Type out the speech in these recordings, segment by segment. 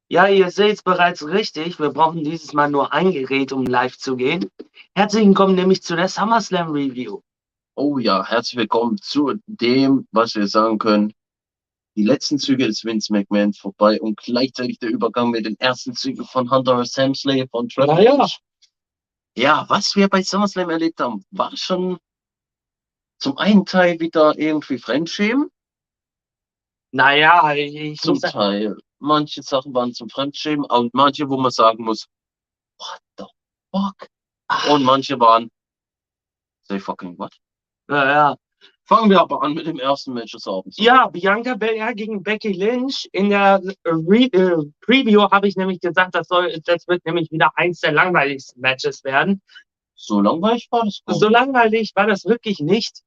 Ja, ihr seht es bereits richtig. Wir brauchen dieses Mal nur ein Gerät, um live zu gehen. Herzlich willkommen nämlich zu der SummerSlam Review. Oh ja, herzlich willkommen zu dem, was wir sagen können. Die letzten Züge des Vince McMahon vorbei und gleichzeitig der Übergang mit den ersten Zügen von Hunter S. Helmsley von Triple Naja. H. Ja, was wir bei SummerSlam erlebt haben, war schon zum einen Teil wieder irgendwie Fremdschämen, Naja, ich zum muss sagen, Teil manche Sachen waren zum Fremdschämen und manche, wo man sagen muss, what the fuck? Und manche waren, say fucking what? naja. Fangen wir aber an mit dem ersten Match des Abends. Ja, Bianca Belair gegen Becky Lynch. In der Preview habe ich nämlich gesagt, das wird nämlich wieder eins der langweiligsten Matches werden. So langweilig war das gar So nicht. langweilig war das wirklich nicht.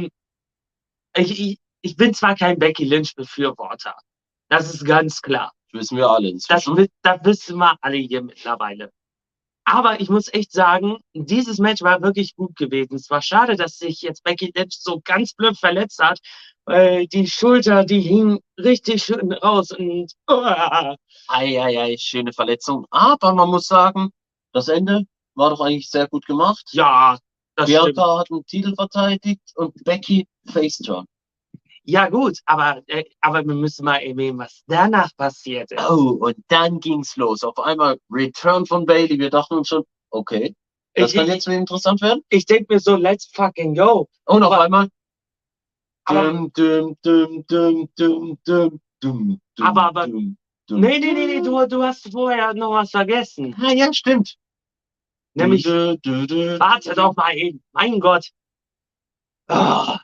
Ich bin zwar kein Becky Lynch-Befürworter. Das ist ganz klar. Das wissen wir alle inzwischen. Das wissen wir alle hier mittlerweile. Aber ich muss echt sagen, dieses Match war wirklich gut gewesen. Es war schade, dass sich jetzt Becky Lynch so ganz blöd verletzt hat. Die Schulter, die hing richtig schön raus. Und Eieiei, schöne Verletzung. Aber man muss sagen, das Ende war doch eigentlich sehr gut gemacht. ja, das stimmt. Bianca hat den Titel verteidigt und Becky Faceturn. Ja, gut, aber wir müssen mal erwähnen, was danach passiert ist. Oh, und dann ging's los. Auf einmal Return von Bailey. Wir dachten uns schon, okay, das kann jetzt wieder interessant werden. Ich denke mir so, let's fucking go. Und auf einmal. Aber- Dum, dum, dum, dum, dum, dum, dum, Aber dum, dum. nee, du hast vorher noch was vergessen. Ah, ja, stimmt. Nämlich, Du, du, du, warte doch mal eben, mein Gott. Ah.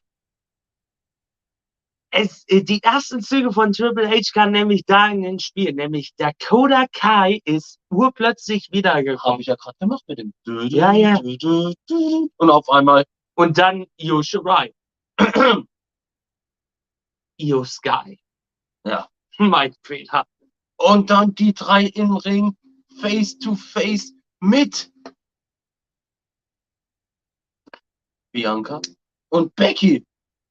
Die ersten Züge von Triple H kamen nämlich da in den Spiel, nämlich Dakota Kai ist urplötzlich Habe wiedergekommen. ich ja gerade gemacht mit dem. Ja, ja. Und auf einmal. Und dann Io Shirai. Io Sky. Ja. Mein Fehler. Und dann die drei im Ring, face to face mit Bianca und Becky.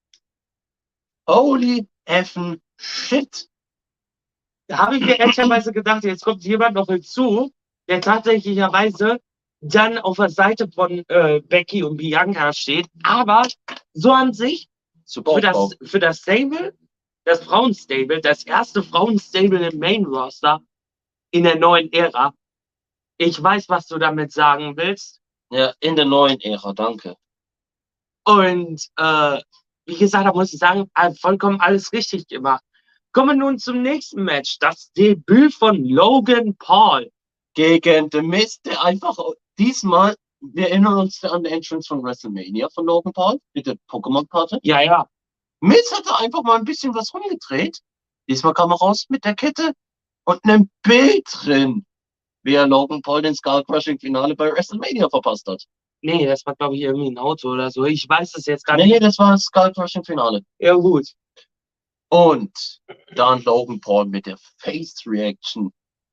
Holy effing shit. Da habe ich mir ehrlicherweise gedacht, jetzt kommt jemand noch hinzu, der tatsächlicherweise dann auf der Seite von Becky und Bianca steht. Aber so an sich, für das Stable, das Frauenstable, das erste Frauenstable im Main Roster in der neuen Ära. Ich weiß, was du damit sagen willst. Ja, in der neuen Ära, danke. Und wie gesagt, da muss ich sagen, vollkommen alles richtig gemacht. Kommen wir nun zum nächsten Match. Das Debüt von Logan Paul. Gegen The Miz, der einfach diesmal, wir erinnern uns an die Entrance von WrestleMania von Logan Paul mit der Pokémon-Karte. Ja, ja. Miz hatte einfach mal ein bisschen was rumgedreht. Diesmal kam er raus mit der Kette und einem Bild drin, wie er Logan Paul den Skull-Crushing-Finale bei WrestleMania verpasst hat. Nee, das war, glaube ich, irgendwie ein Auto oder so. Ich weiß das jetzt gar nicht. Nee, das war das Skull-Crushing-Finale. Ja, gut. Und dann Logan Paul mit der Face-Reaction.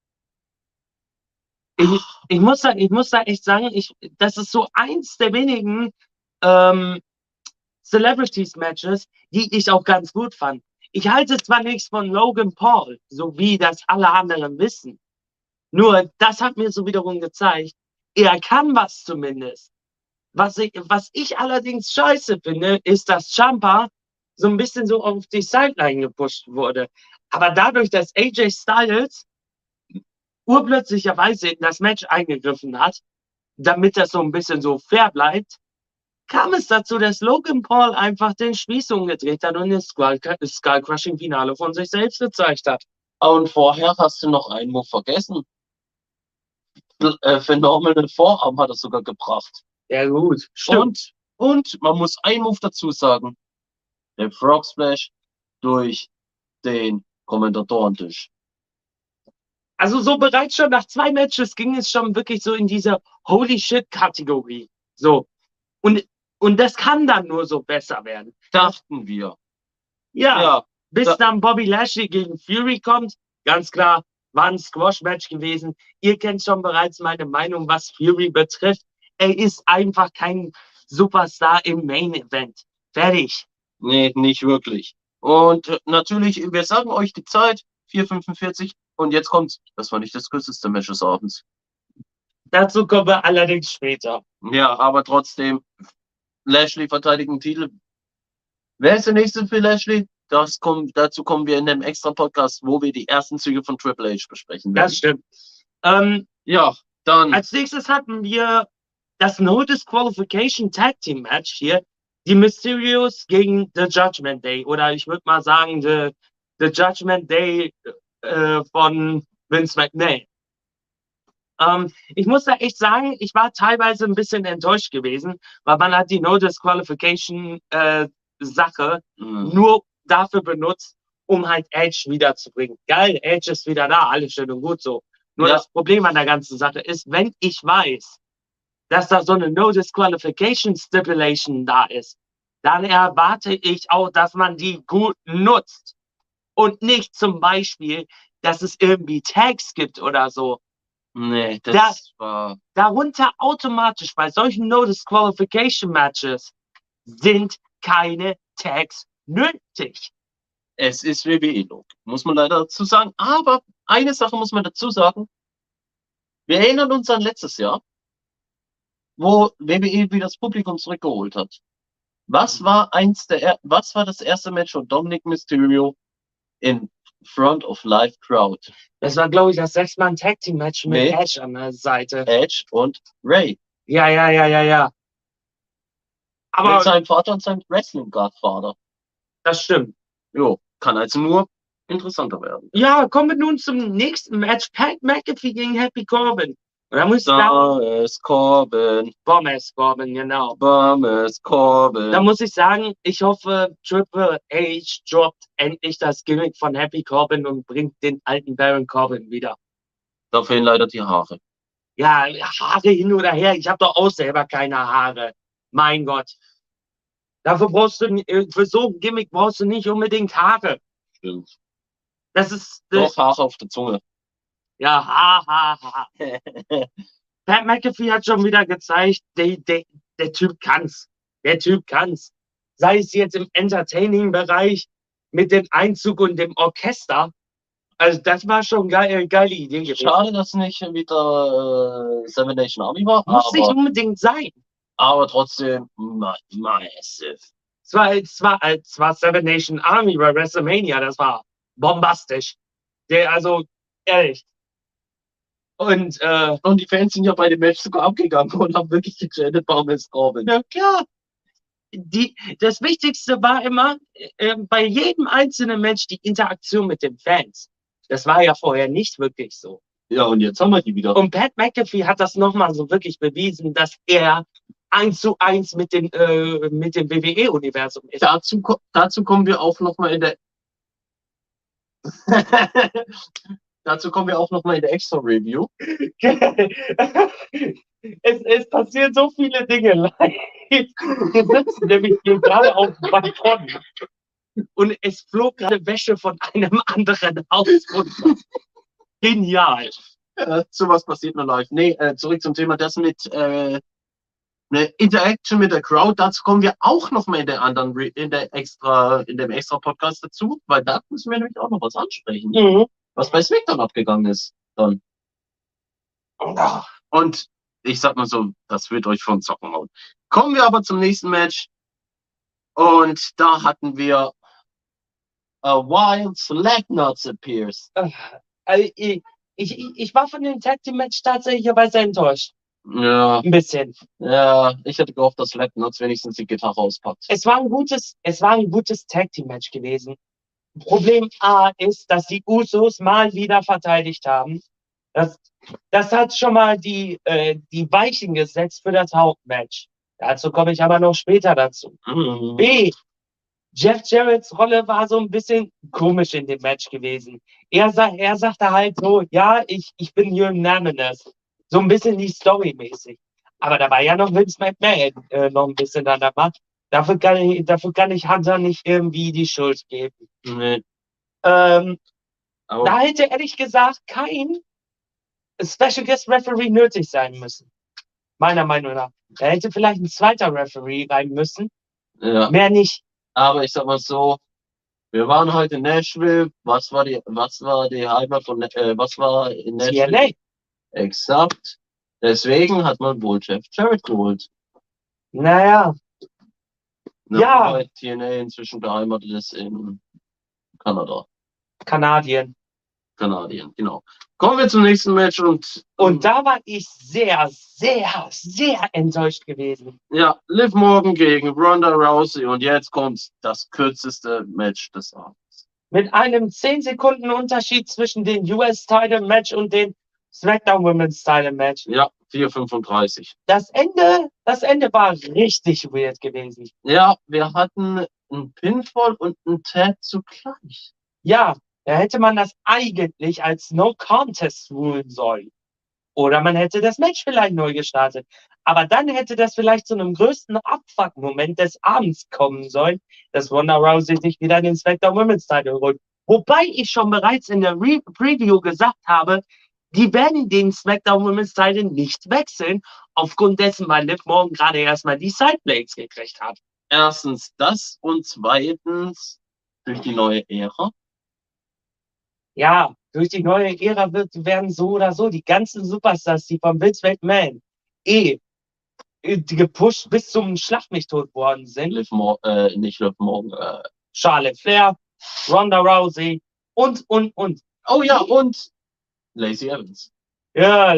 Ich muss da echt sagen, das ist so eins der wenigen Celebrities-Matches, die ich auch ganz gut fand. Ich halte zwar nichts von Logan Paul, so wie das alle anderen wissen. Nur, das hat mir so wiederum gezeigt, er kann was zumindest. Was ich allerdings scheiße finde, ist, dass Ciampa so ein bisschen so auf die Sideline gepusht wurde. Aber dadurch, dass AJ Styles urplötzlicherweise in das Match eingegriffen hat, damit das so ein bisschen so fair bleibt, kam es dazu, dass Logan Paul einfach den Spieß umgedreht hat und das Skull-Crushing-Finale von sich selbst gezeigt hat. Und vorher hast du noch einen Move vergessen. Phenomenal Vorarm hat er sogar gebracht. Ja, gut. Stimmt. Und man muss einen Move dazu sagen. Der Frog Splash durch den Kommentatorentisch. Also so bereits schon nach 2 Matches ging es schon wirklich so in diese Holy Shit-Kategorie. So. Und das kann dann nur so besser werden. Dachten wir. Ja. Bis dann Bobby Lashley gegen Fury kommt, ganz klar, war ein Squash-Match gewesen. Ihr kennt schon bereits meine Meinung, was Fury betrifft. Er ist einfach kein Superstar im Main-Event. Fertig. Nee, nicht wirklich. Und natürlich, wir sagen euch die Zeit, 4:45 und jetzt kommt's. Das war nicht das kürzeste Match des Abends. Dazu kommen wir allerdings später. Ja, aber trotzdem, Lashley verteidigt den Titel. Wer ist der nächste für Lashley? Dazu kommen wir in dem extra Podcast, wo wir die ersten Züge von Triple H besprechen werden. Das stimmt. Ja, dann. Als nächstes hatten wir das No Disqualification Tag Team Match hier. Die Mysterios gegen The Judgment Day. Oder ich würde mal sagen, The Judgment Day von Vince McMahon. Ich muss da echt sagen, ich war teilweise ein bisschen enttäuscht gewesen, weil man hat die No Disqualification Sache nur dafür benutzt, um halt Edge wiederzubringen. Geil, Edge ist wieder da, alles schön und gut so. Nur Ja. das Problem an der ganzen Sache ist, wenn ich weiß, dass da so eine No Disqualification Stipulation da ist, dann erwarte ich auch, dass man die gut nutzt. Und nicht zum Beispiel, dass es irgendwie Tags gibt oder so. Nee, das war. Darunter automatisch bei solchen No Disqualification Matches sind keine Tags nötig. Es ist WWE-Log, muss man leider dazu sagen. Aber eine Sache muss man dazu sagen. Wir erinnern uns an letztes Jahr, wo WWE wieder das Publikum zurückgeholt hat. Was war das erste Match von Dominic Mysterio in front of live crowd? Das war, glaube ich, das 6-Mann-Tag-Team-Match mit Nee. Edge an der Seite. Edge und Ray. Ja. Mit Aber seinem Vater und seinem Wrestling-Godfather. das stimmt. Jo, kann also nur interessanter werden. Ja, kommen wir nun zum nächsten Match. Pat McAfee gegen Happy Corbin. Und da muss ich sagen, Da ist Corbin. Bommes Corbin, genau. Bommes Corbin. Da muss ich sagen, ich hoffe, Triple H droppt endlich das Gimmick von Happy Corbin und bringt den alten Baron Corbin wieder. Da fehlen leider die Haare. Ja, Haare hin oder her. Ich habe doch auch selber keine Haare. Mein Gott. Dafür für so ein Gimmick brauchst du nicht unbedingt Haare. Stimmt. Das ist, Doch Haare auf der Zunge. ja, ha. Pat McAfee hat schon wieder gezeigt, der Typ kann's. Der Typ kann's. Sei es jetzt im Entertaining-Bereich mit dem Einzug und dem Orchester. Also das war schon geile Idee gewesen. Schade, dass nicht wieder Seven Nation Army war. Muss nicht unbedingt sein. Aber trotzdem massive. Es war Seven Nation Army bei WrestleMania, das war bombastisch. Also, ehrlich. Und die Fans sind ja bei dem Match sogar abgegangen und haben wirklich gechantet, Bommes Corbin. ja klar. Das Wichtigste war immer bei jedem einzelnen Match die Interaktion mit den Fans. Das war ja vorher nicht wirklich so. Ja, und jetzt haben wir die wieder. Und Pat McAfee hat das nochmal so wirklich bewiesen, dass er 1:1 mit dem WWE-Universum ist. Dazu kommen wir auch nochmal in der dazu kommen wir auch noch mal in der Extra-Review. Es passieren so viele Dinge live. Wir sitzen nämlich hier gerade auf dem Balkon und es flog gerade Wäsche von einem anderen Haus runter. Genial. Sowas passiert nur live. Nee, zurück zum Thema, das mit eine Interaction mit der Crowd. Dazu kommen wir auch noch mal in dem extra Podcast dazu, weil da müssen wir nämlich auch noch was ansprechen. Mhm. Was bei SmackDown abgegangen ist dann. Oh. Und ich sag mal so, das wird euch von Zocken hauen. Kommen wir aber zum nächsten Match. Und da hatten wir a Wild Slapnuts appears. Also ich war von dem Tag Team Match tatsächlicherweise enttäuscht. Ja, Ein bisschen. ja, ich hätte gehofft, dass Slapnuts wenigstens die Gitarre auspackt. Es war ein gutes Tag Team Match gewesen. Problem A ist, dass die Usos mal wieder verteidigt haben. Das hat schon mal die Weichen gesetzt für das Hauptmatch. Dazu komme ich aber noch später dazu. Mhm. B. Jeff Jarretts Rolle war so ein bisschen komisch in dem Match gewesen. Er sagte halt so, ja, ich bin unanimous. So ein bisschen nicht storymäßig. Aber da war ja noch Vince McMahon noch ein bisschen an der Macht. Dafür kann ich Hunter nicht irgendwie die Schuld geben. Nee. Da Aber hätte ehrlich gesagt kein Special Guest Referee nötig sein müssen. Meiner Meinung nach. Da hätte vielleicht ein zweiter Referee rein müssen. ja, Mehr nicht. aber ich sag mal so, Wir waren heute in Nashville. Was war die Heimat von, was war in Nashville? TNA. Exakt. Deswegen hat man wohl Jeff Jarrett geholt. Naja, Ja. Wobei TNA inzwischen beheimatet ist in Kanada. Kanadien. Kanadien, genau. Kommen wir zum nächsten Match Und da war ich sehr, sehr, sehr enttäuscht gewesen. ja, Liv Morgan gegen Ronda Rousey und jetzt kommt das kürzeste Match des Abends. Mit einem 10 Sekunden Unterschied zwischen dem US-Title-Match und dem SmackDown Women's Title-Match. Ja, 4:35. Das Ende war richtig weird gewesen. Ja, wir hatten einen Pinfall und einen Tag zugleich. Ja, da hätte man das eigentlich als No Contest rulen sollen. Oder man hätte das Match vielleicht neu gestartet. Aber dann hätte das vielleicht zu einem größten Abfuck-Moment des Abends kommen sollen, dass Ronda Rousey sich wieder den SmackDown Women's Title holt. Wobei ich schon bereits in der Preview gesagt habe, die werden den SmackDown Women's Title nicht wechseln, aufgrund dessen, weil Liv Morgan gerade erstmal die Sideblades gekriegt hat. Erstens das und zweitens durch die neue Ära. Ja, durch die neue Ära werden so oder so die ganzen Superstars, die von Vince McMahon gepusht bis zum Schlag mich tot worden sind. Nicht Liv Morgan. Charlotte Flair, Ronda Rousey und. Oh ja, und Lacey Evans. Ja,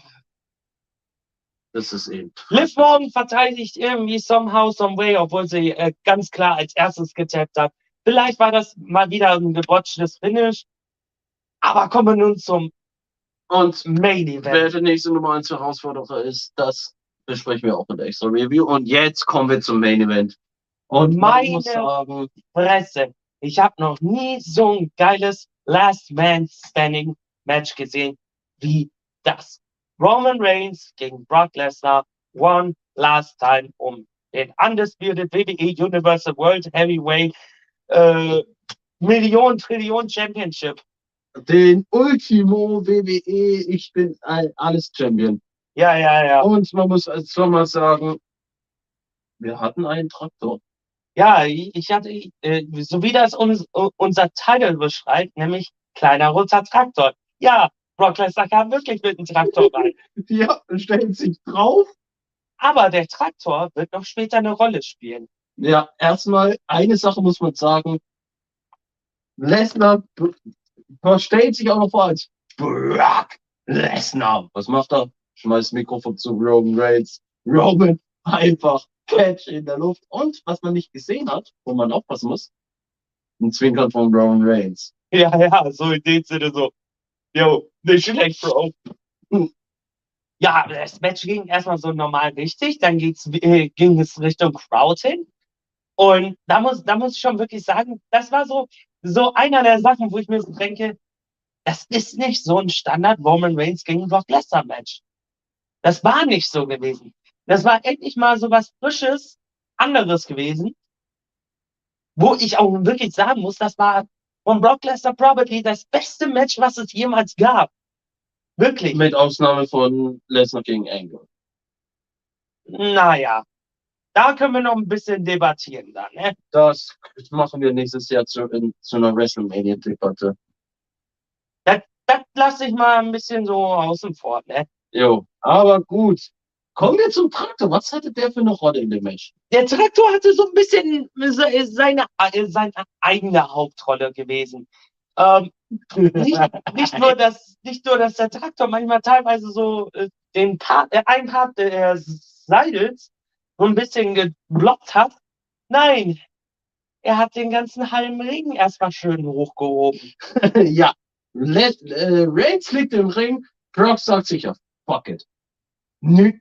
Das ist eben. Liv Morgan verteidigt irgendwie somehow, some way, obwohl sie ganz klar als erstes getappt hat. Vielleicht war das mal wieder ein gebotchtes Finish. Aber kommen wir nun zum Main Event. Wer der nächste Nummer 1 Herausforderer ist, das besprechen wir auch in der extra Review. Und jetzt kommen wir zum Main Event. Und meine muss sagen, Fresse, ich habe noch nie so ein geiles Last Man Standing Match gesehen wie das. Roman Reigns gegen Brock Lesnar one last time um den Undisputed WWE Universal World Heavyweight Million-Trillion Championship. Den Ultimo WWE, ich bin alles Champion. Ja. Und man muss schon mal sagen, wir hatten einen Traktor. Ja, ich hatte, so wie das unser Titel beschreibt, nämlich kleiner roter Traktor. Ja, Brock Lesnar kam wirklich mit dem Traktor rein. Ja, stellt sich drauf. Aber der Traktor wird noch später eine Rolle spielen. Ja, erstmal, eine Sache muss man sagen. Lesnar stellt sich auch noch vor als Brock Lesnar. Was macht er? Schmeißt Mikrofon zu Roman Reigns. Roman einfach Catch in der Luft. Und was man nicht gesehen hat, wo man aufpassen muss, ein Zwinkern von Roman Reigns. Ja, so in dem Sinne so. Yo, nicht schlecht, Bro. Ja, das Match ging erstmal so normal richtig, dann ging es Richtung Crowd hin. Und da muss ich schon wirklich sagen, das war so einer der Sachen, wo ich mir so denke, das ist nicht so ein Standard Roman Reigns gegen Brock Lesnar Match. Das war nicht so gewesen. Das war endlich mal so was Frisches, anderes gewesen, wo ich auch wirklich sagen muss, das war von Brock Lesnar probably das beste Match, was es jemals gab. Wirklich. Mit Ausnahme von Lesnar gegen Angle. Naja, da können wir noch ein bisschen debattieren dann, ne? Das machen wir nächstes Jahr zu einer WrestleMania-Debatte. Das lasse ich mal ein bisschen so außen vor, ne? Jo, aber gut. Kommen wir zum Traktor. Was hatte der für eine Rolle in dem Match? Der Traktor hatte so ein bisschen seine eigene Hauptrolle gewesen. Nicht nur, dass der Traktor manchmal teilweise so einen Part der Seidels so ein bisschen geblockt hat. Nein, er hat den ganzen halben Ring erstmal schön hochgehoben. Ja, Reigns liegt im Ring. Brock sagt sicher, fuck it. Nüt.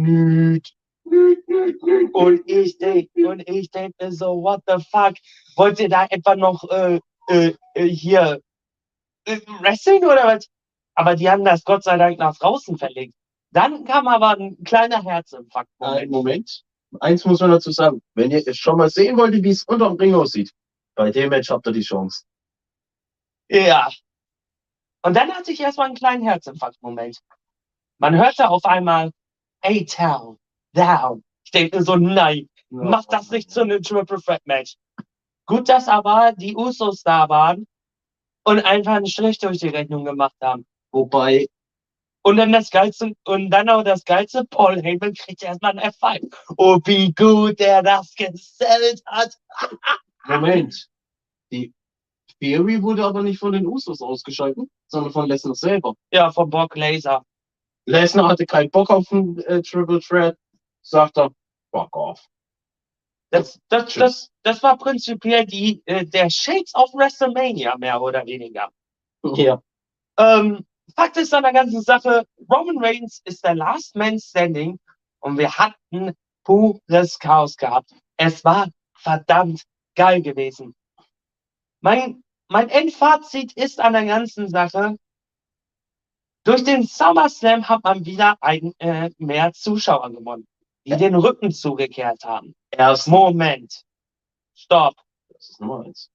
Und ich denke mir so, what the fuck? Wollt ihr da etwa noch hier wrestling oder was? Aber die haben das Gott sei Dank nach draußen verlegt. Dann kam aber ein kleiner Herzinfarkt. Moment. Eins muss man dazu sagen. Wenn ihr es schon mal sehen wollt, wie es unter dem Ring aussieht, bei dem Match habt ihr die Chance. Ja. Und dann hatte ich erstmal einen kleinen Herzinfarkt-Moment. Man hörte auf einmal, hey, down. Ich denke so, nein, mach das nicht zu einem Triple Threat Match. Gut, dass aber die Usos da waren und einfach einen Strich durch die Rechnung gemacht haben. Wobei, Und dann auch das Geilste, Paul Heyman kriegt erstmal ein F5. Oh, wie gut der das gesellt hat. Moment, die Theory wurde aber nicht von den Usos ausgeschaltet, sondern von Lesnar selber. Ja, von Brock Lesnar. Lesnar hatte keinen Bock auf den Triple Threat, sagt er, fuck off. Das war prinzipiell der Shades of WrestleMania, mehr oder weniger. Ja. Fakt ist an der ganzen Sache, Roman Reigns ist der Last Man Standing und wir hatten pures Chaos gehabt. Es war verdammt geil gewesen. Mein Endfazit ist an der ganzen Sache, durch den SummerSlam hat man wieder mehr Zuschauer gewonnen, die den Rücken zugekehrt haben. Moment. Stopp. Das ist Nummer 1.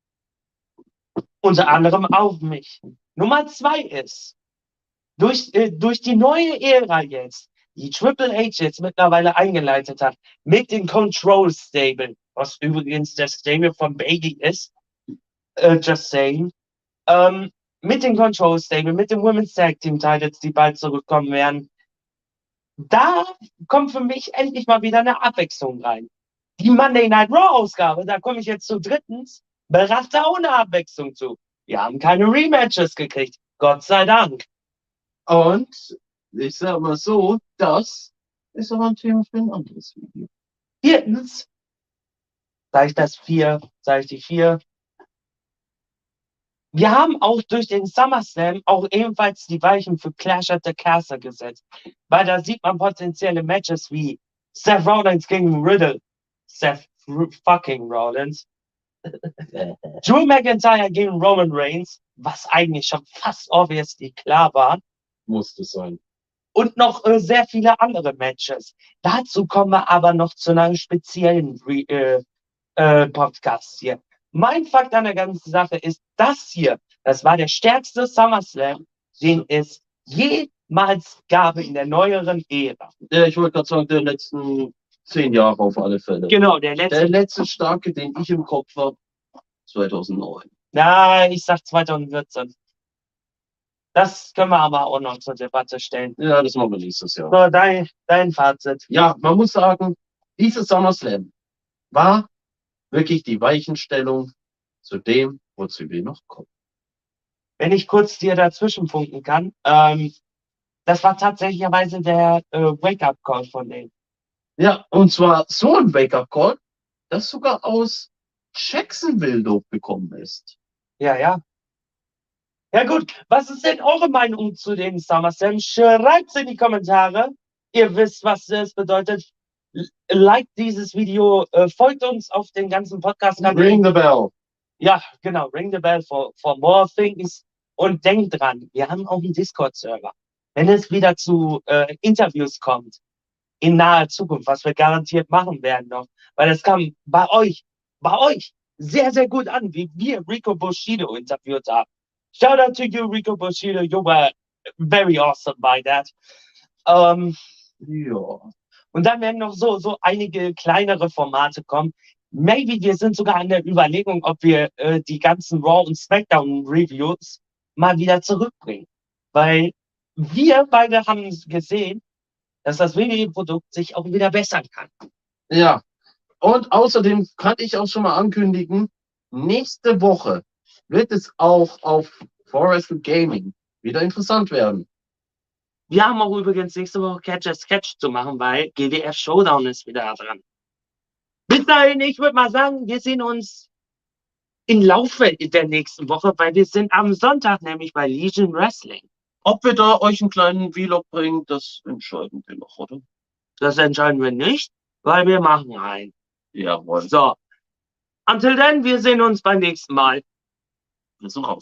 Unter anderem auf mich. Nummer 2 ist, durch die neue Ära jetzt, die Triple H jetzt mittlerweile eingeleitet hat, mit dem Control Stable, was übrigens das Stable von Bailey ist, just saying, mit dem Control Stable, mit dem Women's Tag Team Titles, die bald zurückkommen werden, da kommt für mich endlich mal wieder eine Abwechslung rein. Die Monday Night Raw Ausgabe, da komme ich jetzt zu drittens, brachte auch eine Abwechslung zu. Wir haben keine Rematches gekriegt, Gott sei Dank. Und ich sag mal so, das ist aber ein Thema für ein anderes Video. Viertens, sage ich die 4. Wir haben auch durch den SummerSlam auch ebenfalls die Weichen für Clash at the Castle gesetzt. Weil da sieht man potenzielle Matches wie Seth Rollins gegen Riddle. Seth fucking Rollins. Drew McIntyre gegen Roman Reigns, was eigentlich schon fast obviously klar war. Musste sein. Und noch sehr viele andere Matches. Dazu kommen wir aber noch zu einem speziellen Podcast hier. Mein Fakt an der ganzen Sache ist, das war der stärkste SummerSlam, den es jemals gab in der neueren Ära. Ja, ich wollte gerade sagen, der letzten 10 Jahre auf alle Fälle. Genau, der letzte starke, den ich im Kopf habe, 2009. Na, ich sag 2014. Das können wir aber auch noch zur Debatte stellen. Ja, das machen wir nächstes Jahr. So, dein Fazit. Ja, man muss sagen, dieses SummerSlam war wirklich die Weichenstellung zu dem, wozu wir noch kommen. Wenn ich kurz dir dazwischen funken kann, das war tatsächlicherweise der Wake-up-Call von denen. Ja, und zwar so ein Wake-up-Call, das sogar aus Jacksonville durchgekommen ist. Ja, ja. Ja gut, was ist denn eure Meinung zu den SummerSlam? Schreibt's in die Kommentare. Ihr wisst, was das bedeutet. Like dieses Video, folgt uns auf den ganzen Podcast. Ring the bell. Ja, genau, ring the bell for more things. Und denkt dran, wir haben auch einen Discord-Server. Wenn es wieder zu Interviews kommt, in naher Zukunft, was wir garantiert machen werden noch, weil das kam bei euch sehr, sehr gut an, wie wir Rico Bushido interviewt haben. Shout out to you, Rico Bushido. You were very awesome by that. Ja. Und dann werden noch so einige kleinere Formate kommen. Maybe wir sind sogar an der Überlegung, ob wir die ganzen Raw und SmackDown Reviews mal wieder zurückbringen. Weil wir beide haben gesehen, dass das WWE-Produkt sich auch wieder bessern kann. Ja. Und außerdem kann ich auch schon mal ankündigen, nächste Woche wird es auch auf Forest Gaming wieder interessant werden. Wir haben auch übrigens nächste Woche Catch as Catch zu machen, weil GWF Showdown ist wieder dran. Bis dahin, ich würde mal sagen, wir sehen uns im Laufe der nächsten Woche, weil wir sind am Sonntag nämlich bei Legion Wrestling. Ob wir da euch einen kleinen Vlog bringen, das entscheiden wir noch, oder? Das entscheiden wir nicht, weil wir machen einen. Jawohl. So. Until then, wir sehen uns beim nächsten Mal. Wir sind raus.